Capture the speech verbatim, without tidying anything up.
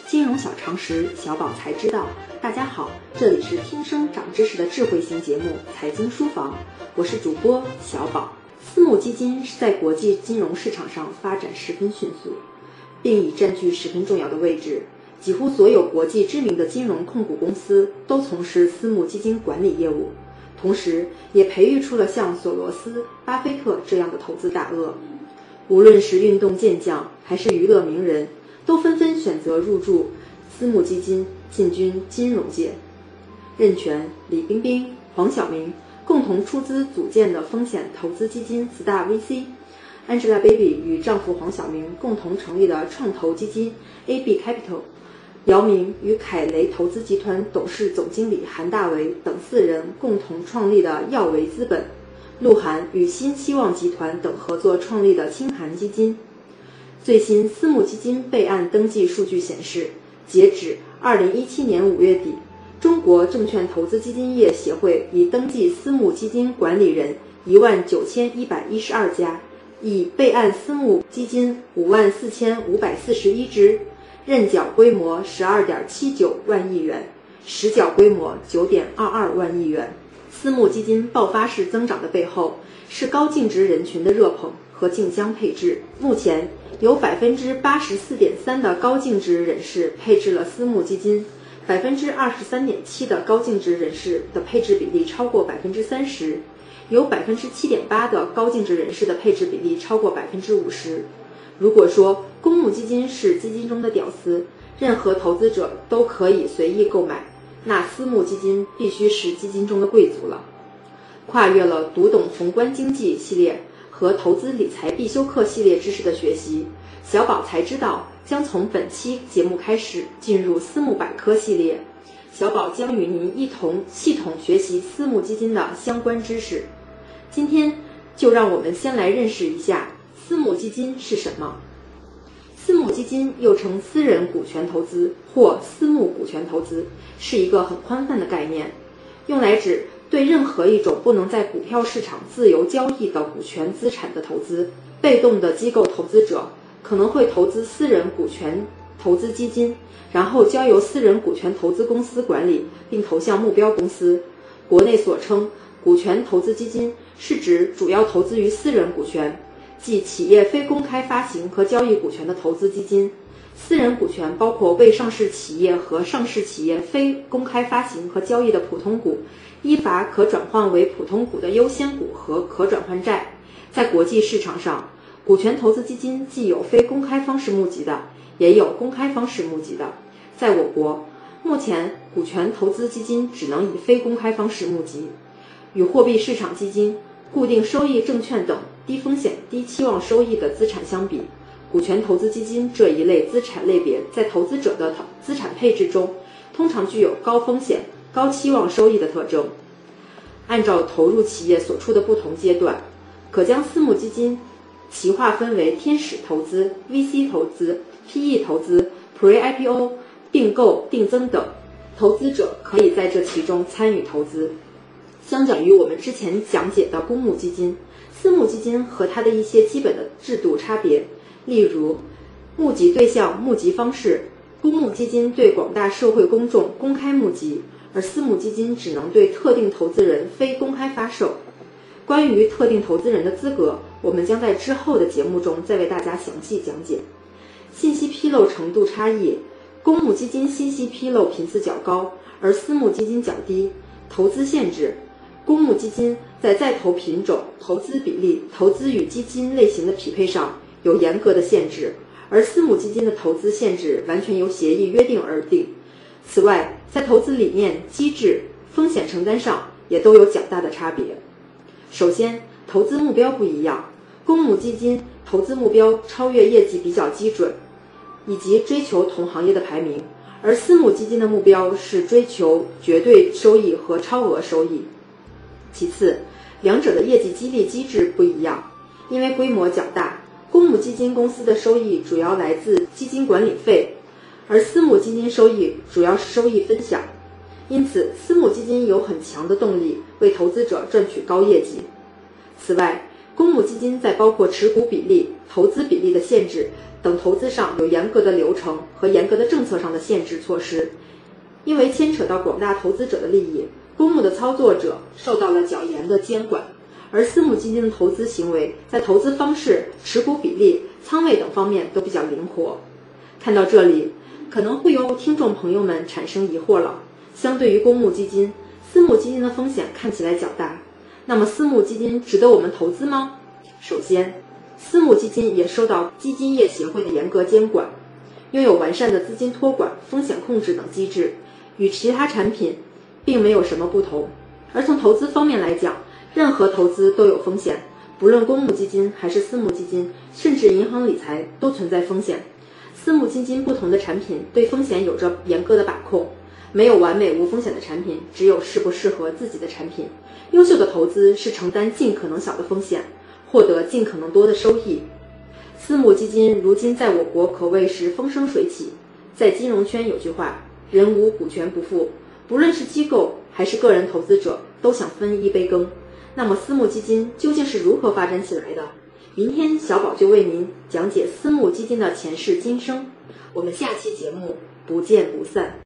金融小常识，小宝才知道。大家好，这里是听声长知识的智慧型节目《财经书房》，我是主播小宝。私募基金在国际金融市场上发展十分迅速，并已占据十分重要的位置。几乎所有国际知名的金融控股公司都从事私募基金管理业务，同时也培育出了像索罗斯、巴菲特这样的投资大鳄。无论是运动健将还是娱乐名人，都纷纷选择入驻私募基金，进军金融界。任泉、李冰冰、黄晓明共同出资组建的风险投资基金 Star V C，Angelababy 与丈夫黄晓明共同成立的创投基金 A B Capital， 姚明与凯雷投资集团董事总经理韩大为等四人共同创立的耀维资本，鹿晗与新希望集团等合作创立的清寒基金。最新私募基金备案登记数据显示，截止二零一七年五月底，中国证券投资基金业协会已登记私募基金管理人一万九千一百一十二家，已备案私募基金五万四千五百四十一只，认缴规模十二点七九万亿元，实缴规模九点二二万亿元。私募基金爆发式增长的背后，是高净值人群的热捧和竞相配置。目前有 百分之八十四点三 的高净值人士配置了私募基金， 百分之二十三点七 的高净值人士的配置比例超过 百分之三十， 有 百分之七点八 的高净值人士的配置比例超过 百分之五十。 如果说公募基金是基金中的屌丝，任何投资者都可以随意购买，那私募基金必须是基金中的贵族了。跨越了读懂宏观经济系列和投资理财必修课系列知识的学习，小宝才知道将从本期节目开始进入私募百科系列。小宝将与您一同系统学习私募基金的相关知识。今天就让我们先来认识一下私募基金是什么。私募基金又称私人股权投资或私募股权投资，是一个很宽泛的概念，用来指对任何一种不能在股票市场自由交易的股权资产的投资。被动的机构投资者可能会投资私人股权投资基金，然后交由私人股权投资公司管理，并投向目标公司。国内所称股权投资基金，是指主要投资于私人股权，即企业非公开发行和交易股权的投资基金。私人股权包括未上市企业和上市企业非公开发行和交易的普通股，依法可转换为普通股的优先股和可转换债。在国际市场上，股权投资基金既有非公开方式募集的，也有公开方式募集的。在我国，目前股权投资基金只能以非公开方式募集。与货币市场基金、固定收益证券等低风险低期望收益的资产相比，股权投资基金这一类资产类别在投资者的资产配置中通常具有高风险高期望收益的特征。按照投入企业所处的不同阶段，可将私募基金其划分为天使投资、V C 投资、P E 投资、Pre-I P O、并购、定增等，投资者可以在这其中参与投资。相较于我们之前讲解的公募基金，私募基金和它的一些基本的制度差别，例如募集对象、募集方式，公募基金对广大社会公众公开募集，而私募基金只能对特定投资人非公开发售。关于特定投资人的资格，我们将在之后的节目中再为大家详细讲解。信息披露程度差异，公募基金信息披露频次较高，而私募基金较低。投资限制，公募基金在在投品种、投资比例、投资与基金类型的匹配上有严格的限制，而私募基金的投资限制完全由协议约定而定。此外，在投资理念、机制、风险承担上也都有较大的差别。首先，投资目标不一样，公募基金投资目标超越业绩比较基准，以及追求同行业的排名，而私募基金的目标是追求绝对收益和超额收益。其次，两者的业绩激励机制不一样，因为规模较大，公募基金公司的收益主要来自基金管理费，而私募基金收益主要是收益分享。因此，私募基金有很强的动力为投资者赚取高业绩。此外， 公募基金在包括持股比例、投资比例的限制等投资上有严格的流程和严格的政策上的限制措施。因为牵扯到广大投资者的利益，公募的操作者受到了较严的监管，而私募基金的投资行为在投资方式、持股比例、仓位等方面都比较灵活。看到这里，可能会有听众朋友们产生疑惑了，相对于公募基金，私募基金的风险看起来较大，那么私募基金值得我们投资吗？首先，私募基金也受到基金业协会的严格监管，拥有完善的资金托管、风险控制等机制，与其他产品并没有什么不同。而从投资方面来讲，任何投资都有风险，不论公募基金还是私募基金，甚至银行理财都存在风险。私募基金不同的产品对风险有着严格的把控，没有完美无风险的产品，只有适不适合自己的产品。优秀的投资是承担尽可能小的风险，获得尽可能多的收益。私募基金如今在我国可谓是风生水起。在金融圈有句话，人无股权不富，不论是机构还是个人投资者都想分一杯羹。那么私募基金究竟是如何发展起来的？明天小宝就为您讲解私募基金的前世今生，我们下期节目不见不散。